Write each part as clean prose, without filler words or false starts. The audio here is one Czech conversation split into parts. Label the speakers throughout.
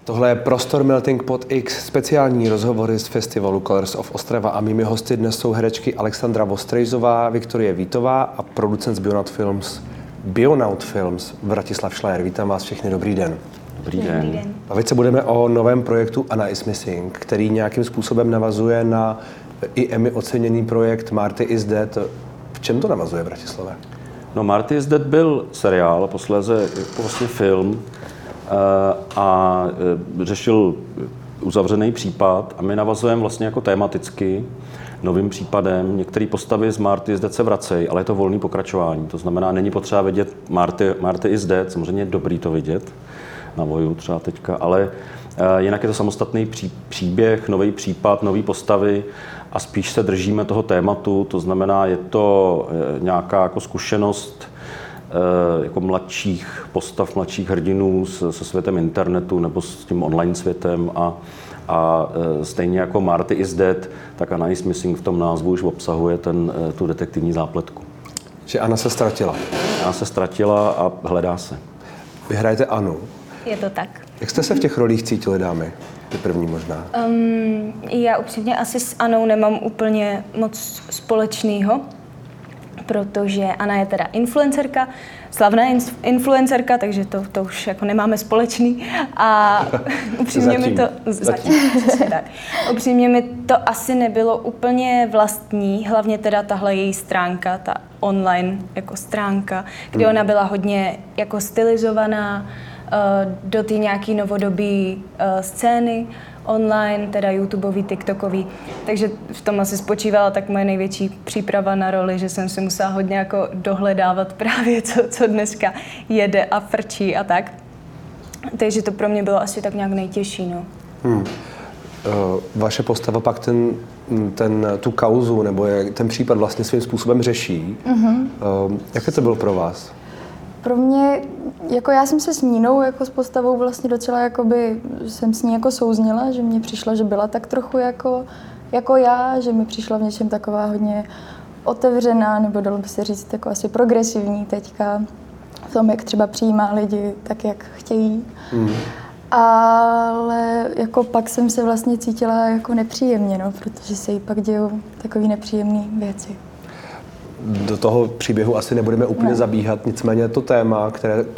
Speaker 1: Tohle je Prostor Melting Pot X, speciální rozhovory z festivalu Colors of Ostrava a mými hosty dnes jsou herečky Alexandra Vostrejzová, Viktorie Vítová a producent z Bionaut Films Vratislav Šlajer. Vítám vás všechny, dobrý den.
Speaker 2: Dobrý den.
Speaker 1: Bavit se budeme o novém projektu Anna is Missing, který nějakým způsobem navazuje na i Emmy oceněný projekt Marty is Dead. V čem to navazuje, Vratislave?
Speaker 2: No, Marty is Dead byl seriál a posléze vlastně film a řešil uzavřený případ a my navazujeme vlastně jako tematicky novým případem. Některé postavy z Marty is Dead se vracejí, ale je to volný pokračování. To znamená, není potřeba vidět Marty is Dead, samozřejmě je dobrý to vidět na Voju třeba teďka, ale jinak je to samostatný příběh, nový případ, nový postavy a spíš se držíme toho tématu, to znamená, je to nějaká jako zkušenost jako mladších postav, mladších hrdinů se světem internetu nebo s tím online světem a stejně jako Marty is Dead, tak Anna is Missing v tom názvu už obsahuje tu detektivní zápletku.
Speaker 1: Že Anna se ztratila.
Speaker 2: Anna se ztratila a hledá se.
Speaker 1: Vy hrajete Annu.
Speaker 3: Je to tak.
Speaker 1: Jak jste se v těch rolích cítili, dámy? Ty první možná.
Speaker 3: Já upřímně asi s Anou nemám úplně moc společného, protože Anna je teda influencerka, slavná influencerka, takže to už jako nemáme společný. A upřímně mi to... Zatím. Tak. Upřímně mi to asi nebylo úplně vlastní, hlavně teda tahle její stránka, ta online jako stránka, kde ona byla hodně jako stylizovaná do ty nějaký novodobí scény online, teda YouTubeový, TikTokový. Takže v tom asi spočívala tak moje největší příprava na roli, že jsem si musela hodně jako dohledávat právě, co dneska jede a frčí a tak. Takže to pro mě bylo asi tak nějak nejtěžší, no.
Speaker 1: Vaše postava pak tu kauzu nebo ten případ vlastně svým způsobem řeší. Jaké to bylo pro vás?
Speaker 4: Pro mě, jako já jsem se s Nínou jako s postavou vlastně docela jakoby, jsem s ní jako souzněla, že mně přišlo, že byla tak trochu jako já, že mi přišla v něčem taková hodně otevřená, nebo dalo by se říct jako asi progresivní teďka v tom, jak třeba přijímá lidi tak, jak chtějí. Ale jako pak jsem se vlastně cítila jako nepříjemně, no, protože se jí pak dějou takový nepříjemné věci.
Speaker 1: Do toho příběhu asi nebudeme úplně zabíhat, nicméně to téma,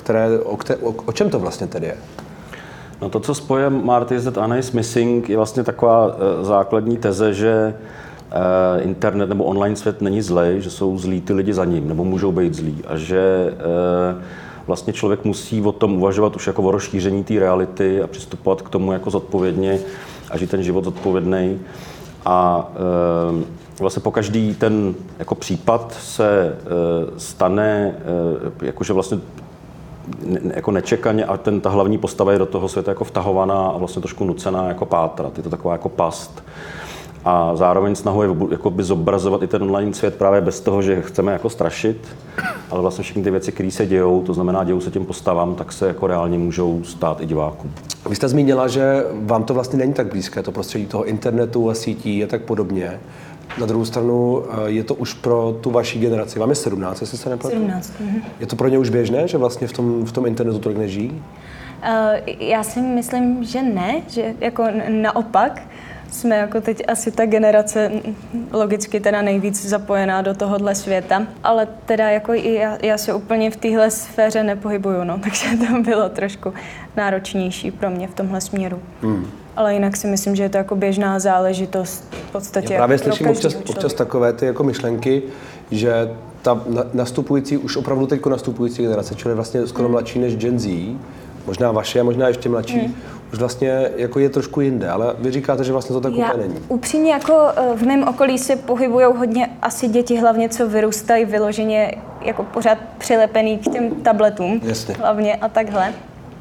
Speaker 1: o čem to vlastně tedy je?
Speaker 2: No to, co spojuje Marty is Dead a Anna is Missing, je vlastně taková základní teze, že internet nebo online svět není zlej, že jsou zlí ty lidi za ním, nebo můžou být zlí a že vlastně člověk musí o tom uvažovat už jako o rozšíření té reality a přistupovat k tomu jako zodpovědně a žít ten život zodpovědnej. A vlastně po každý ten jako případ se stane jakože vlastně jako nečekaně a ta hlavní postava je do toho světa jako vtahovaná a vlastně trošku nucená jako pátrat. Je to taková jako past. A zároveň snahu je jakoby zobrazovat i ten online svět právě bez toho, že chceme jako strašit, ale vlastně všechny ty věci, které se dějou, to znamená dějou se těm postavám, tak se jako reálně můžou stát i divákům.
Speaker 1: Vy jste zmínila, že vám to vlastně není tak blízké, to prostředí toho internetu a sítí a tak podobně. Na druhou stranu je to už pro tu vaši generaci. Vám je 17, jestli se nepletu?
Speaker 3: 17.
Speaker 1: Je to pro ně už běžné, že vlastně v tom internetu tolik nežijí?
Speaker 3: Já si myslím, že ne, že jako naopak. Jsme jako teď asi ta generace logicky teda nejvíc zapojená do tohohle světa, ale teda jako i já se úplně v téhle sféře nepohybuju, no, takže to bylo trošku náročnější pro mě v tomhle směru. Ale jinak si myslím, že je to jako běžná záležitost v podstatě.
Speaker 1: Já právě slyším občas takové ty jako myšlenky, že ta nastupující, už opravdu teď nastupující generace, čili vlastně skoro mladší než Gen Z, možná vaše a možná ještě mladší, už vlastně jako je trošku jinde, ale vy říkáte, že vlastně to tak úplně není.
Speaker 3: Upřímně jako v mém okolí se pohybujou hodně asi děti, hlavně co vyrůstají vyloženě jako pořád přilepený k těm tabletům.
Speaker 1: Jasně.
Speaker 3: Hlavně a takhle.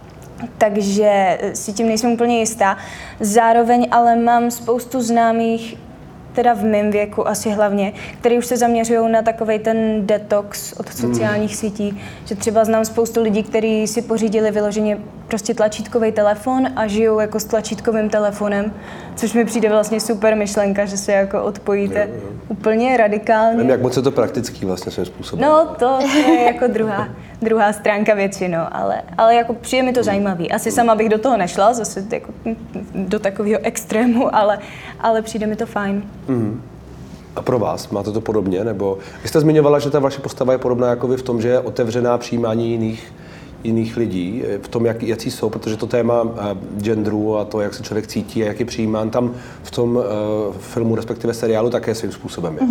Speaker 3: Takže si tím nejsem úplně jistá. Zároveň ale mám spoustu známých, teda v mém věku asi hlavně, který už se zaměřují na takovej ten detox od sociálních sítí. Že třeba znám spoustu lidí, kteří si pořídili vyloženě prostě tlačítkový telefon a žijou jako s tlačítkovým telefonem, což mi přijde vlastně super myšlenka, že se jako odpojíte úplně radikálně.
Speaker 1: Nevím, jak moc je to praktický vlastně svým způsobem.
Speaker 3: No, to je jako druhá stránka věci, no, ale jako přijde mi to zajímavý. Asi sama bych do toho nešla, zase jako do takového extrému, ale přijde mi to fajn.
Speaker 1: A pro vás, máte to podobně? Nebo vy jste zmiňovala, že ta vaše postava je podobná jako vy v tom, že je otevřená přijímání jiných lidí, v tom, jací jsou, protože to téma genderu a to, jak se člověk cítí a jak je přijímán, tam v tom filmu, respektive seriálu, také svým způsobem je.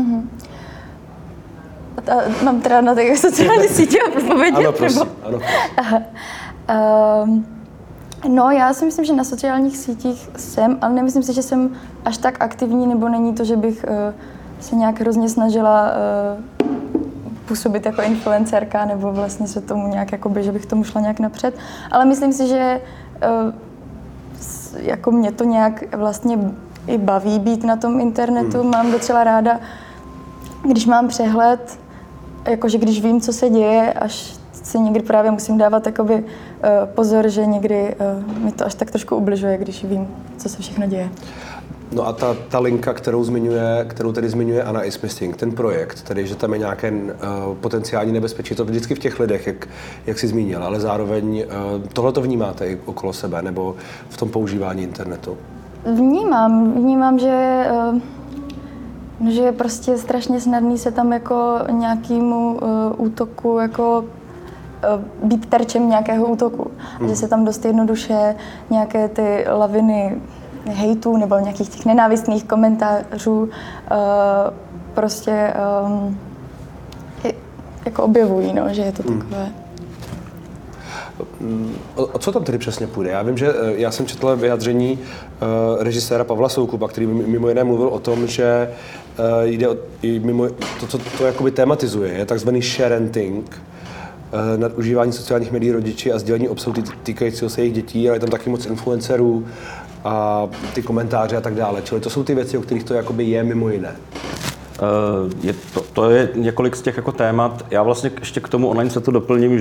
Speaker 4: Mám teda na těch sociální sítě odpovědět?
Speaker 1: Ano, prosím. Ano.
Speaker 4: No, já si myslím, že na sociálních sítích jsem, ale nemyslím si, že jsem až tak aktivní, nebo není to, že bych se nějak hrozně snažila působit jako influencerka, nebo vlastně se tomu nějak, jakoby, že bych tomu šla nějak napřed. Ale myslím si, že jako mě to nějak vlastně i baví být na tom internetu. Mám docela ráda, když mám přehled, jakože když vím, co se děje, až si někdy právě musím dávat jakoby, pozor, že někdy mi to až tak trošku ubližuje, když vím, co se všechno děje.
Speaker 1: No a ta linka, kterou tady zmiňuje Anna is Missing, ten projekt, tedy, že tam je nějaké potenciální nebezpečí, to vždycky v těch lidech, jak jsi zmínil, ale zároveň tohle to vnímáte i okolo sebe, nebo v tom používání internetu?
Speaker 4: Vnímám, že je prostě strašně snadný se tam jako nějakému útoku, jako být terčem nějakého útoku. Že se tam dost jednoduše nějaké ty laviny hejtů nebo nějakých těch nenávistných komentářů prostě jako objevují, no, že je to takové.
Speaker 1: O co tam tedy přesně půjde? Já vím, že já jsem četl vyjádření režiséra Pavla Soukupa, který mimo jiné mluvil o tom, že jde o, mimo to, co to jakoby tematizuje, je takzvaný sharenting, nadužívání sociálních médií rodiči a sdělení obsahu týkajícího se jejich dětí, ale je tam taky moc influencerů a ty komentáře a tak dále. Čili to jsou ty věci, o kterých to jakoby je mimo jiné.
Speaker 2: To je několik z těch jako témat. Já vlastně ještě k tomu online světu doplním,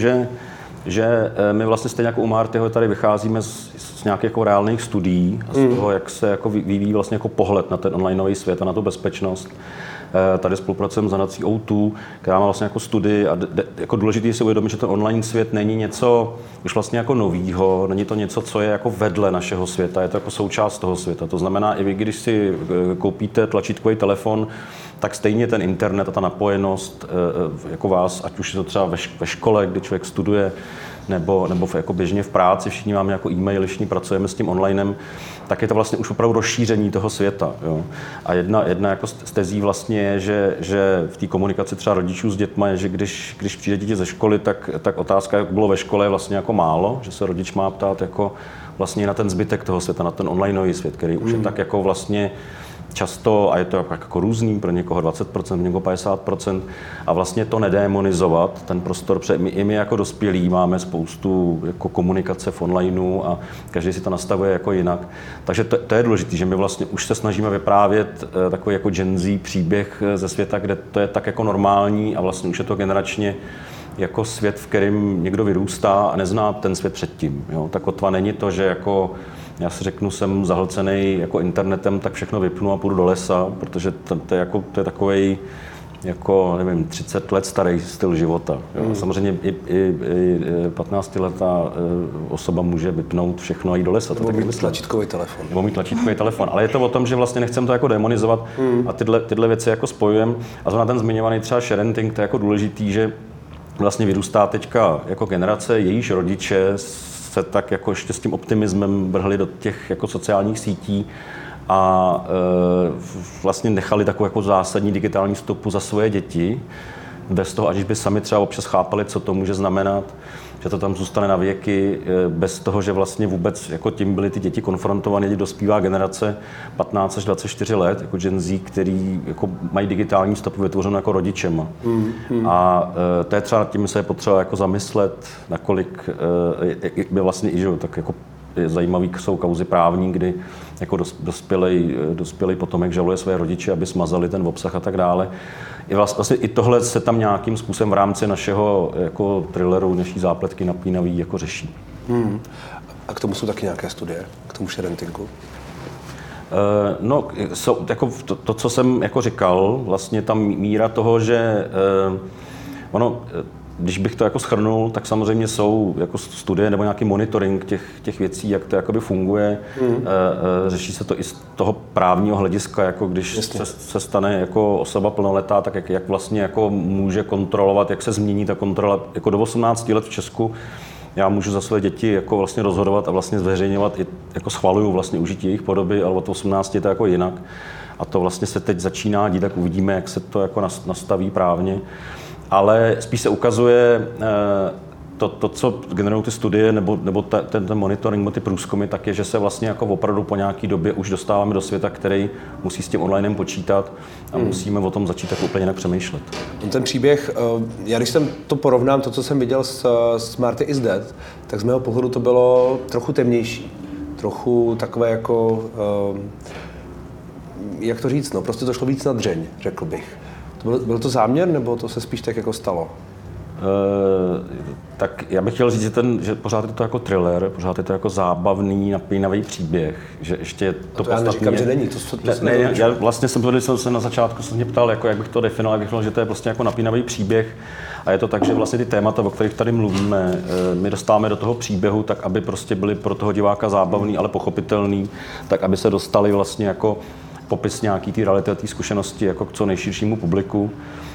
Speaker 2: že my vlastně stejně jako u Martyho tady vycházíme z nějakých jako reálných studií a z toho, jak se jako vyvíjí vlastně jako pohled na ten onlineový svět a na tu bezpečnost. Tady spolupracujeme s nadací O2, která má vlastně jako studii a jako důležité je si uvědomit, že ten online svět není něco už vlastně jako novýho, není to něco, co je jako vedle našeho světa, je to jako součást toho světa. To znamená, i vy, když si koupíte tlačítkový telefon, tak stejně ten internet a ta napojenost jako vás, ať už je to třeba ve škole, kdy člověk studuje, nebo jako běžně v práci, všichni máme jako e-maily, všichni pracujeme s tím onlinem, tak je to vlastně už opravdu rozšíření toho světa. Jo. A jedna jako z tezí vlastně je, že v té komunikaci třeba rodičů s dětma je, že když přijde dítě ze školy, tak otázka, jak bylo ve škole, je vlastně jako málo, že se rodič má ptát jako vlastně na ten zbytek toho světa, na ten onlineový svět, který už je tak jako vlastně často, a je to jako různý, pro někoho 20%, pro někoho 50%, a vlastně to nedémonizovat, ten prostor, protože my jako dospělí máme spoustu jako komunikace v onlineu a každý si to nastavuje jako jinak. Takže to je důležité, že my vlastně už se snažíme vyprávět takový jako Gen Z příběh ze světa, kde to je tak jako normální a vlastně už je to generačně jako svět, v kterém někdo vyrůstá a nezná ten svět předtím. Jo? Ta kotva není to, že jako já si řeknu, jsem zahlcený jako internetem, tak všechno vypnu a půjdu do lesa, protože to je takovej jako, nevím, 30 let starý styl života. Jo. Samozřejmě i 15letá osoba může vypnout všechno a jít do lesa.
Speaker 1: Nebo mít tlačítkový telefon.
Speaker 2: Nebo mít tlačítkový telefon. Ale je to o tom, že vlastně nechceme to jako demonizovat a tyhle věci jako spojujeme. A zrovna ten zmiňovaný třeba sharenting, to je jako důležitý, že vlastně vyrůstá teďka jako generace, jejíž rodiče se tak jako ještě s tím optimismem vrhli do těch jako sociálních sítí a vlastně nechali takovou jako zásadní digitální stopu za svoje děti, bez toho, aniž by sami třeba občas chápali, co to může znamenat, že to tam zůstane na věky, bez toho, že vlastně vůbec jako tím byly ty děti konfrontované, dospívá generace 15 až 24 let, jako Gen Z, který jako mají digitální stopu vytvořenou jako rodičema. A to je třeba nad tím se je potřeba jako zamyslet, nakolik by vlastně i, že tak jako zajímavý jsou kauzy právní, kdy jako dospělý potomek žaluje své rodiče, aby smazali ten obsah a tak dále. Vlastně i tohle se tam nějakým způsobem v rámci našeho jako thrilleru, naší zápletky napínavý jako řeší.
Speaker 1: A k tomu jsou taky nějaké studie, k tomu sharentingu?
Speaker 2: No, jako to, co jsem jako říkal, vlastně ta míra toho, že ono když bych to jako shrnul, tak samozřejmě jsou jako studie nebo nějaký monitoring těch věcí, jak to jakoby funguje. Řeší se to i z toho právního hlediska, jako když se stane jako osoba plnoletá, tak jak vlastně jako může kontrolovat, jak se změní ta kontrola. Jako do 18 let v Česku já můžu za své děti jako vlastně rozhodovat a vlastně zveřejňovat, i jako schvaluju vlastně užití jejich podoby, ale od 18 je to jako jinak. A to vlastně se teď začíná dít, tak uvidíme, jak se to jako nastaví právně. Ale spíš se ukazuje to, co generují ty studie nebo ten monitoring, nebo ty průzkumy, tak je, že se vlastně jako opravdu po nějaké době už dostáváme do světa, který musí s tím onlinem počítat a musíme o tom začít tak úplně jinak přemýšlet.
Speaker 1: Ten příběh, já když jsem to porovnám, to, co jsem viděl s Marty is Dead, tak z mého pohledu to bylo trochu temnější. Trochu takové jako, jak to říct, no, prostě to šlo víc na dřeň, řekl bych. Byl to záměr, nebo to se spíš tak jako stalo?
Speaker 2: Tak já bych chtěl říct, že pořád je to jako thriller, pořád je to jako zábavný, napínavý příběh, že ještě to
Speaker 1: já neříkám, že není,
Speaker 2: já vlastně jsem se na začátku mě ptal, jako jak bych to definoval, jak bych řekl, že to je prostě jako napínavý příběh a je to tak, že vlastně ty témata, o kterých tady mluvíme, my dostáváme do toho příběhu tak, aby prostě byly pro toho diváka zábavný, ale pochopitelný, tak aby se dostali vlastně jako popis nějaký té reality a té zkušenosti jako k co nejširšímu publiku.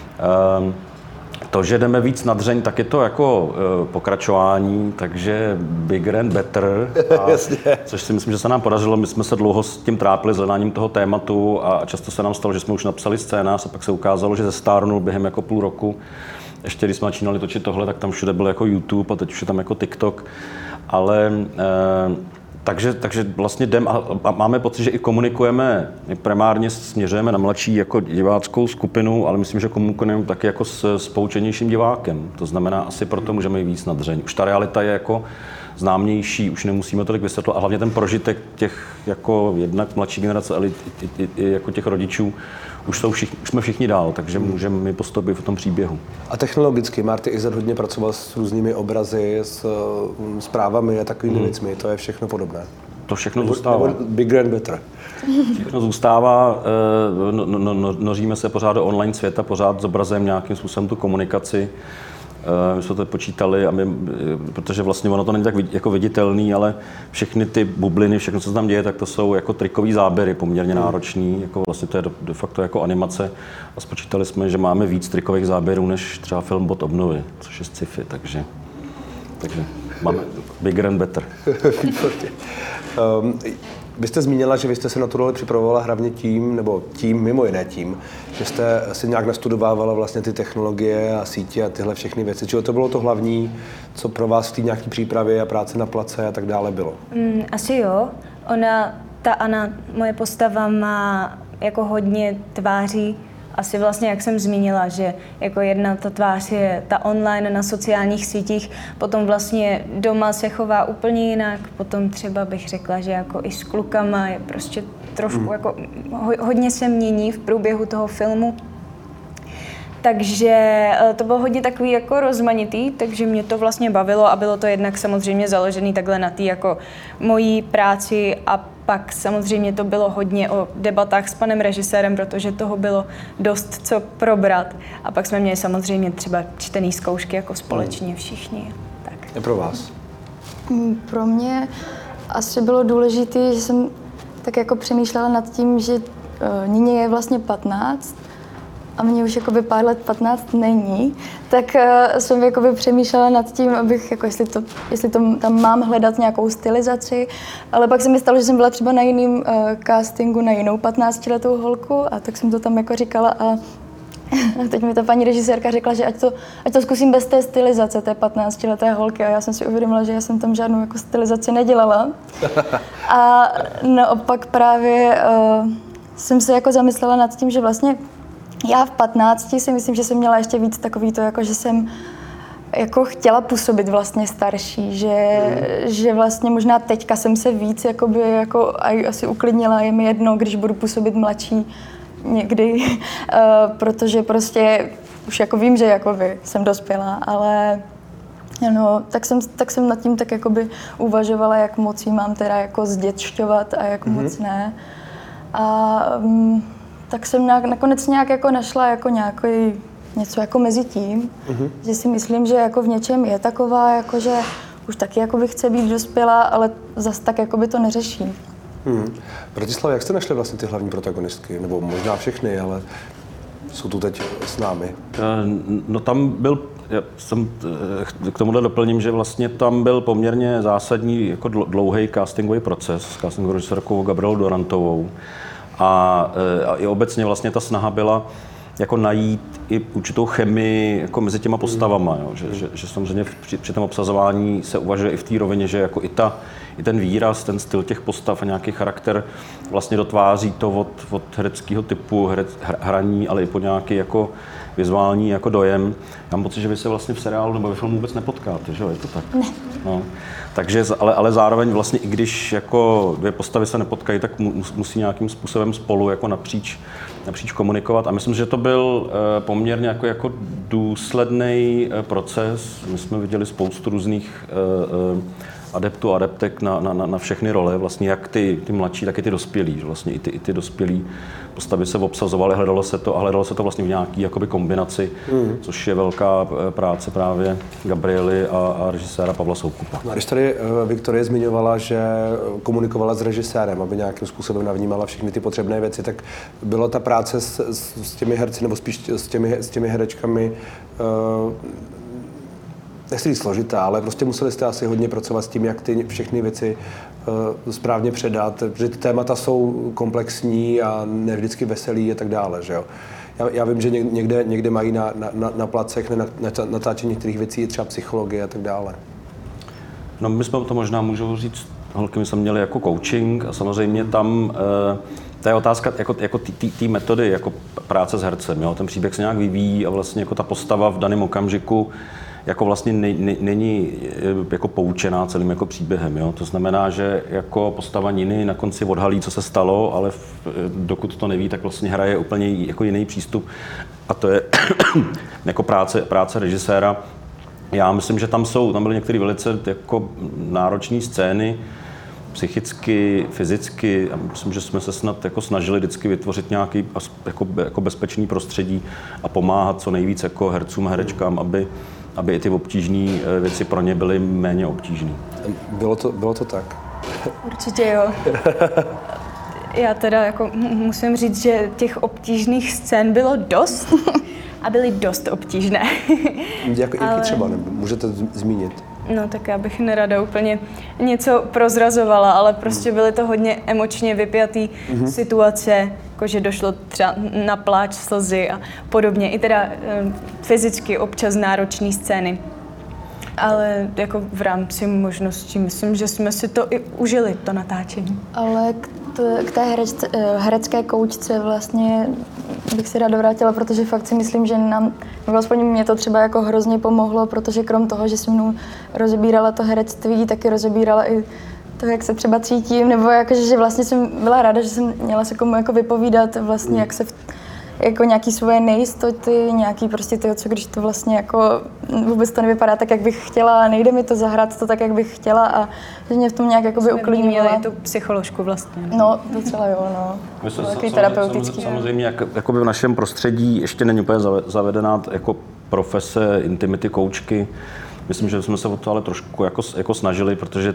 Speaker 2: To, že jdeme víc na dřeň, tak je to jako pokračování, takže bigger and better, což si myslím, že se nám podařilo. My jsme se dlouho s tím trápili, s hledáním toho tématu a často se nám stalo, že jsme už napsali scénář a pak se ukázalo, že zestárnul během jako půl roku. Ještě když jsme začínali točit tohle, tak tam všude byl jako YouTube a teď už je tam jako TikTok, ale takže vlastně jdem a máme pocit, že i komunikujeme, primárně směřujeme na mladší jako diváckou skupinu, ale myslím, že komunikujeme taky jako s poučenějším divákem. To znamená, asi proto můžeme jít víc na dřeň. Už ta realita je jako známější, už nemusíme tolik vysvětlovat a hlavně ten prožitek těch jako jednak mladší generace, ale i jako těch rodičů, už jsme všichni dál, takže můžeme postoupit v tom příběhu.
Speaker 1: A technologicky Marty Izard hodně pracoval s různými obrazy, s právami a takovými věcmi, to je všechno podobné.
Speaker 2: To všechno zůstává.
Speaker 1: Nebo bigger and better.
Speaker 2: Všechno zůstává, noříme se pořád do online světa, pořád zobrazujeme nějakým způsobem tu komunikaci. My jsme to počítali, protože vlastně ono to není tak jako viditelný, ale všechny ty bubliny, všechno, co se tam děje, tak to jsou jako trikový záběry, poměrně náročný, jako vlastně to je de facto jako animace. A spočítali jsme, že máme víc trikových záběrů než třeba film Bod obnovy, což je sci-fi, takže máme bigger and better.
Speaker 1: Vy jste zmínila, že vy jste se na tu roli připravovala hlavně tím, mimo jiné tím, že jste si nějak nastudovávala vlastně ty technologie a sítě a tyhle všechny věci. Čili to bylo to hlavní, co pro vás v té nějaké přípravě a práce na place a tak dále bylo?
Speaker 3: Asi jo. Ta Anna, moje postava má jako hodně tváří. Asi vlastně, jak jsem zmínila, že jako jedna ta tvář je ta online na sociálních sítích, potom vlastně doma se chová úplně jinak, potom třeba bych řekla, že jako i s klukama je prostě trošku jako hodně se mění v průběhu toho filmu. Takže to bylo hodně takový jako rozmanitý, takže mě to vlastně bavilo a bylo to jednak samozřejmě založený takhle na té jako mojí práci a pak samozřejmě to bylo hodně o debatách s panem režisérem, protože toho bylo dost co probrat. A pak jsme měli samozřejmě třeba čtený zkoušky jako společně všichni. Tak.
Speaker 1: Je pro vás?
Speaker 4: Pro mě asi bylo důležité, že jsem tak jako přemýšlela nad tím, že Nině je vlastně 15 a mně už jakoby pár let 15 není, tak jsem jakoby přemýšlela nad tím, abych, jako jestli to tam mám hledat nějakou stylizaci, ale pak se mi stalo, že jsem byla třeba na jiném castingu na jinou 15letou holku a tak jsem to tam jako říkala a teď mi ta paní režisérka řekla, že ať to zkusím bez té stylizace té 15leté holky a já jsem si uvědomila, že já jsem tam žádnou jako stylizaci nedělala. A naopak právě jsem se jako zamyslela nad tím, že vlastně já v 15 si myslím, že jsem měla ještě víc takový to, jako že jsem jako chtěla působit vlastně starší, že vlastně možná teďka jsem se víc jakoby jako asi uklidnila, je mi jedno, když budu působit mladší někdy, protože prostě už jako vím, že jakoby jsem dospělá, ale no, tak jsem nad tím tak jakoby uvažovala, jak moc jí mám teda jako zdětšťovat a jak moc ne. A tak jsem nakonec nějak jako našla jako něco jako mezi tím, že si myslím, že jako v něčem je taková, jako že už taky jako by chce být dospělá, ale zas tak jako by to neřeší.
Speaker 1: Bratislava, jak jste našli vlastně ty hlavní protagonistky? Nebo možná všechny, ale jsou tu teď s námi.
Speaker 2: No tam byl, já jsem k tomuhle doplním, že vlastně tam byl poměrně zásadní jako dlouhý castingový proces s castingovou režisérkou Gabrielou Dorantovou. A i obecně vlastně ta snaha byla jako najít i určitou chemii jako mezi těma postavama, jo? Že samozřejmě při tom obsazování se uvažuje i v té rovině, že jako i ten výraz, ten styl těch postav a nějaký charakter vlastně dotváří to od hereckého typu hraní, ale i po nějaký jako vizuální jako dojem. Já mám pocit, že vy se vlastně v seriálu nebo ve filmu vůbec nepotkáte, že jo? Je to tak?
Speaker 4: Ne.
Speaker 2: No. Takže, ale zároveň vlastně i když jako dvě postavy se nepotkají, tak musí nějakým způsobem spolu jako napříč komunikovat. A myslím, že to byl poměrně jako důsledný proces. My jsme viděli spoustu různých adeptů a adeptek na všechny role, vlastně jak ty mladší, tak i ty dospělí. Vlastně i ty dospělí postavy se obsazovaly, hledalo se to vlastně v nějaký jakoby kombinaci, což je velká práce právě Gabriely a režiséra Pavla Soukupa.
Speaker 1: No a když tady Viktorie zmiňovala, že komunikovala s režisérem, aby nějakým způsobem navnímala všechny ty potřebné věci, tak byla ta práce s těmi herci, nebo spíš s těmi herečkami, nechci říct složitá, ale prostě museli jste asi hodně pracovat s tím, jak ty všechny věci správně předat, protože ty témata jsou komplexní a ne vždycky veselý a tak dále, že jo. Já vím, že někde mají na placech na natáčení některých věcí je třeba psychologie a tak dále.
Speaker 2: No my jsme to možná můžu říct, holky, my jsme měli jako coaching a samozřejmě tam to je otázka jako té metody, jako práce s hercem, jo. Ten příběh se nějak vyvíjí a vlastně jako ta postava v daném okamžiku jako vlastně není jako poučená celým jako příběhem, jo. To znamená, že jako postava Niny na konci odhalí, co se stalo, ale dokud to neví, tak vlastně hraje úplně jako jiný přístup a to je jako práce režiséra. Já myslím, že tam byly některé velice jako náročné scény, psychicky, fyzicky, a myslím, že jsme se snad jako snažili vždycky vytvořit nějaký jako bezpečný prostředí a pomáhat co nejvíc jako hercům a herečkám, aby i ty obtížné věci pro ně byly méně obtížné.
Speaker 1: Bylo to tak?
Speaker 3: Určitě jo. Já teda jako musím říct, že těch obtížných scén bylo dost a byly dost obtížné.
Speaker 1: Jaký třeba, nebo můžete zmínit?
Speaker 3: No tak já bych nerada úplně něco prozrazovala, ale prostě byly to hodně emočně vypjatý situace, jakože došlo třeba na pláč, slzy a podobně. I teda fyzicky občas náročné scény. Ale jako v rámci možností myslím, že jsme si to i užili, to natáčení.
Speaker 4: Ale k té herecké koučce vlastně bych si ráda vrátila, protože fakt si myslím, že nebo aspoň mě to třeba jako hrozně pomohlo, protože krom toho, že se mnou rozebírala to herectví, taky rozebírala i to, jak se třeba cítím, nebo jakože, že vlastně jsem byla ráda, že jsem měla se komu jako vypovídat vlastně, jak se jako nějaký svoje nejistoty, nějaký prostě to, co když to vlastně jako vůbec to nevypadá tak, jak bych chtěla, nejde mi to zahrát to tak, jak bych chtěla a že mě v tom nějak jakoby uklidňovala.
Speaker 3: Jsme měli tu psycholožku vlastně.
Speaker 4: No, docela jo, no. Takový terapeutický.
Speaker 2: Samozřejmě, jakoby v našem prostředí ještě není úplně zavedená jako profese intimity koučky. Myslím, že jsme se o to ale trošku jako snažili, protože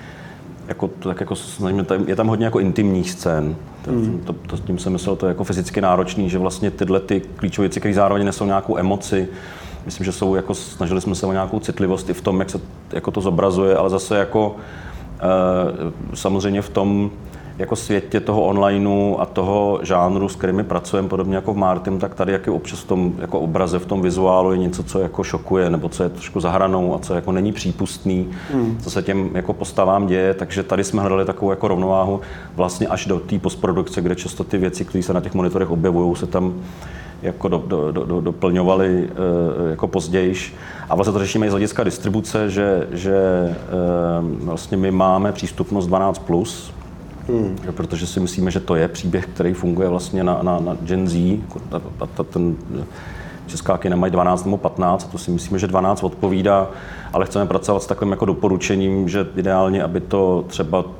Speaker 2: je tam hodně jako intimních scén. Tím jsem myslel, to je jako fyzicky náročný, že vlastně tyhle ty klíčové věci, které zároveň nesou nějakou emoci, myslím, že jsou jako, snažili jsme se o nějakou citlivost i v tom, jak se jako to zobrazuje, ale zase jako samozřejmě v tom jako světě toho onlineu a toho žánru, s kterými pracujeme, podobně jako v Martim, tak tady jak je občas v tom jako obraze, v tom vizuálu je něco, co jako šokuje, nebo co je trošku za hranou a co jako není přípustný, co se těm jako postavám děje, takže tady jsme hledali takovou jako rovnováhu vlastně až do té postprodukce, kde často ty věci, které se na těch monitorech objevují, se tam jako doplňovaly jako pozdějiš. A vlastně to řešíme i z hlediska distribuce, že vlastně my máme přístupnost 12+, protože si myslíme, že to je příběh, který funguje vlastně na Gen Z. Ten česká kina mají 12 nebo 15, a to si myslíme, že 12 odpovídá, ale chceme pracovat s takovým jako doporučením, že ideálně, aby to třeba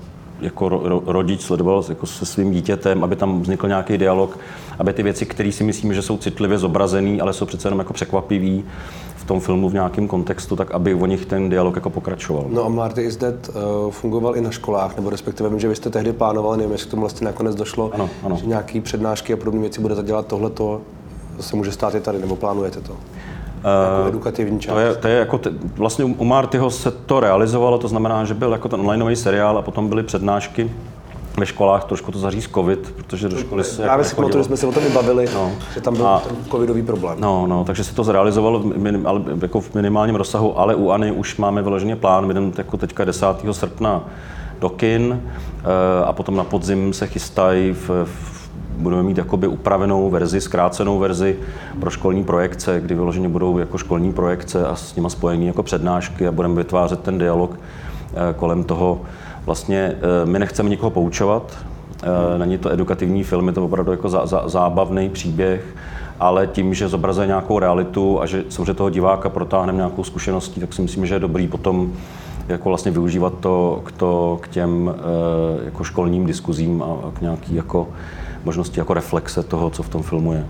Speaker 2: jako rodič sledoval jako se svým dítětem, aby tam vznikl nějaký dialog, aby ty věci, které si myslíme, že jsou citlivě zobrazený, ale jsou přece jenom jako překvapivý v tom filmu v nějakém kontextu, tak aby o nich ten dialog jako pokračoval.
Speaker 1: No a Marty is Dead fungoval i na školách, nebo respektive vím, že vy jste tehdy plánovali, nevím, jestli k tomu vlastně nakonec došlo,
Speaker 2: ano.
Speaker 1: že nějaký přednášky a podobné věci budete dělat tohleto, se může stát i tady, nebo plánujete to? Jako edukativní část.
Speaker 2: To je jako vlastně u Martyho se to realizovalo, to znamená, že byl jako ten onlineový seriál a potom byly přednášky ve školách, trošku to zaříz covid, protože do školy se
Speaker 1: právě si pamatuju, jsme se o tom i bavili, že tam byl ten covidový problém.
Speaker 2: No, takže se to zrealizovalo jako v minimálním rozsahu, ale u Anny už máme vyloženě plán, jdeme jako teďka 10. srpna do kin a potom na podzim se chystají budeme mít jakoby upravenou verzi, zkrácenou verzi pro školní projekce, kdy vyloženě budou jako školní projekce a s nimi spojené jako přednášky a budeme vytvářet ten dialog kolem toho. Vlastně my nechceme nikoho poučovat, není to edukativní film, je to opravdu jako zábavný příběh, ale tím, že zobrazuje nějakou realitu a že samozřejmě toho diváka protáhneme nějakou zkušeností, tak si myslím, že je dobrý potom jako vlastně využívat to k těm jako školním diskuzím a k nějaký jako možnosti jako reflexe toho, co v tom filmu je.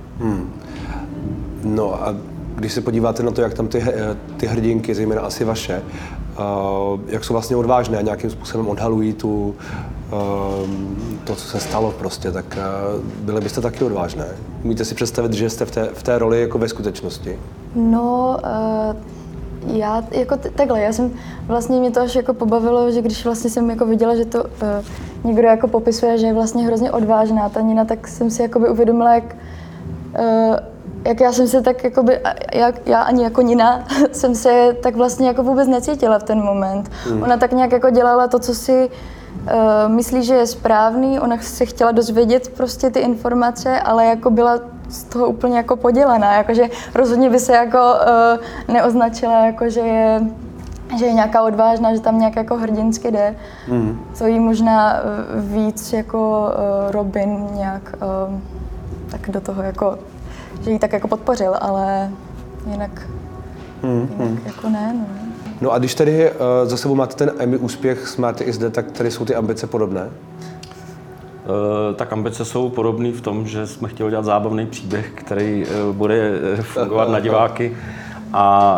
Speaker 1: No a když se podíváte na to, jak tam ty hrdinky, zejména asi vaše, jak jsou vlastně odvážné a nějakým způsobem odhalují to, co se stalo prostě, tak byly byste taky odvážné? Umíte si představit, že jste v té roli jako ve skutečnosti?
Speaker 4: No, já jako takhle, já jsem vlastně mě to až jako pobavilo, že když vlastně jsem jako viděla, že to někdo jako popisuje, že je vlastně hrozně odvážná ta Nina, tak jsem si jakoby uvědomila, jak já jsem se tak jakoby, já ani jako Nina jsem se tak vlastně jako vůbec necítila v ten moment. Ona tak nějak jako dělala to, co si myslí, že je správný, ona se chtěla dozvědět prostě ty informace, ale jako byla z toho úplně jako podělaná, jakože rozhodně by se jako neoznačila, jako že je nějaká odvážná, že tam nějak jako hrdinsky jde. To jí možná víc jako Robin nějak tak do toho jako, že jí tak jako podpořil, ale jinak jako ne, no.
Speaker 1: No a když tedy za sebou máte ten Emmy úspěch s Marty is Dead, tak tady jsou ty ambice podobné?
Speaker 2: Tak ambice jsou podobné v tom, že jsme chtěli dělat zábavný příběh, který bude fungovat na diváky a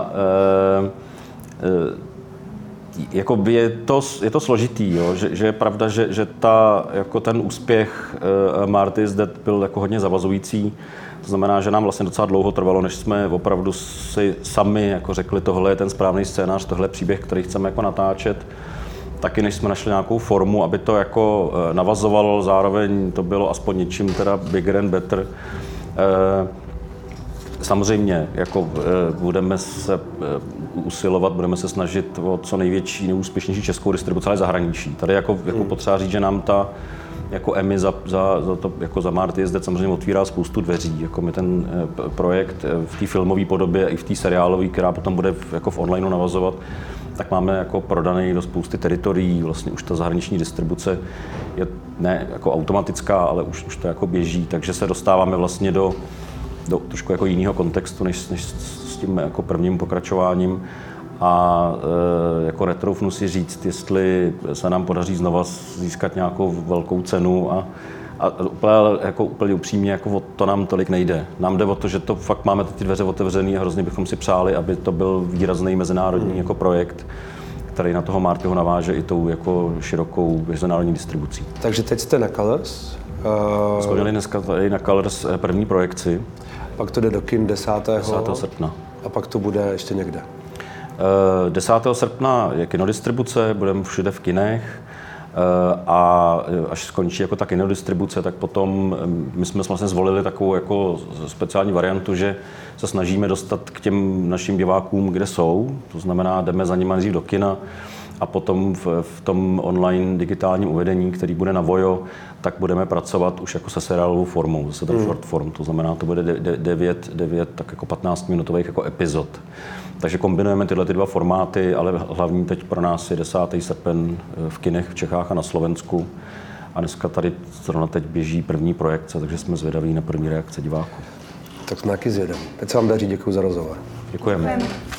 Speaker 2: jakoby je to složitý, jo? Že je pravda, že jako ten úspěch Marty is Dead byl jako hodně zavazující. To znamená, že nám vlastně docela dlouho trvalo, než jsme opravdu si sami jako řekli, tohle je ten správný scénář, tohle je příběh, který chceme jako natáčet. Taky než jsme našli nějakou formu, aby to jako navazovalo, zároveň to bylo aspoň něčím teda bigger and better. Samozřejmě jako budeme se usilovat, budeme se snažit o co největší, nejúspěšnější českou distribuci, ale zahraničí. Tady jako potřeba říct, že nám ta jako Emmy za Marty is Dead samozřejmě otvírá spoustu dveří. Jako my ten projekt v té filmové podobě i v té seriálové, která potom bude jako v onlineu navazovat, tak máme jako prodaný do spousty teritorií. Vlastně už ta zahraniční distribuce je ne jako automatická, ale už to jako běží, takže se dostáváme vlastně do trošku jako jiného kontextu, než s tím jako prvním pokračováním. A jako retroufnu si říct, jestli se nám podaří znova získat nějakou velkou cenu a úplně upřímně, jako o to nám tolik nejde. Nám jde o to, že to fakt máme ty dveře otevřený a hrozně bychom si přáli, aby to byl výrazný mezinárodní jako projekt, který na toho Martyho naváže i tou jako širokou mezinárodní distribucí.
Speaker 1: Takže teď jste na Colors?
Speaker 2: Jsme měli dneska tady na Colors první projekci.
Speaker 1: Pak to jde do kin 10.
Speaker 2: srpna.
Speaker 1: A pak to bude ještě někde?
Speaker 2: 10. srpna je kinodistribuce, budeme všude v kinech a až skončí jako ta kinodistribuce, tak potom my jsme vlastně zvolili takovou jako speciální variantu, že se snažíme dostat k těm našim divákům, kde jsou, to znamená, jdeme za nimi nejdřív do kina a potom v tom online digitálním uvedení, který bude na Vojo, tak budeme pracovat už jako se seriálovou formou, zase ten short form, to znamená, to bude 9 tak jako 15-minutových jako epizod. Takže kombinujeme tyhle dva formáty, ale hlavní teď pro nás je 10. srpen v kinech v Čechách a na Slovensku. A dneska tady zrovna teď běží první projekce, takže jsme zvědaví na první reakce diváků.
Speaker 1: Tak jsme taky zvědaví. Teď se vám daří, děkuji za rozhovor.
Speaker 2: Děkujeme.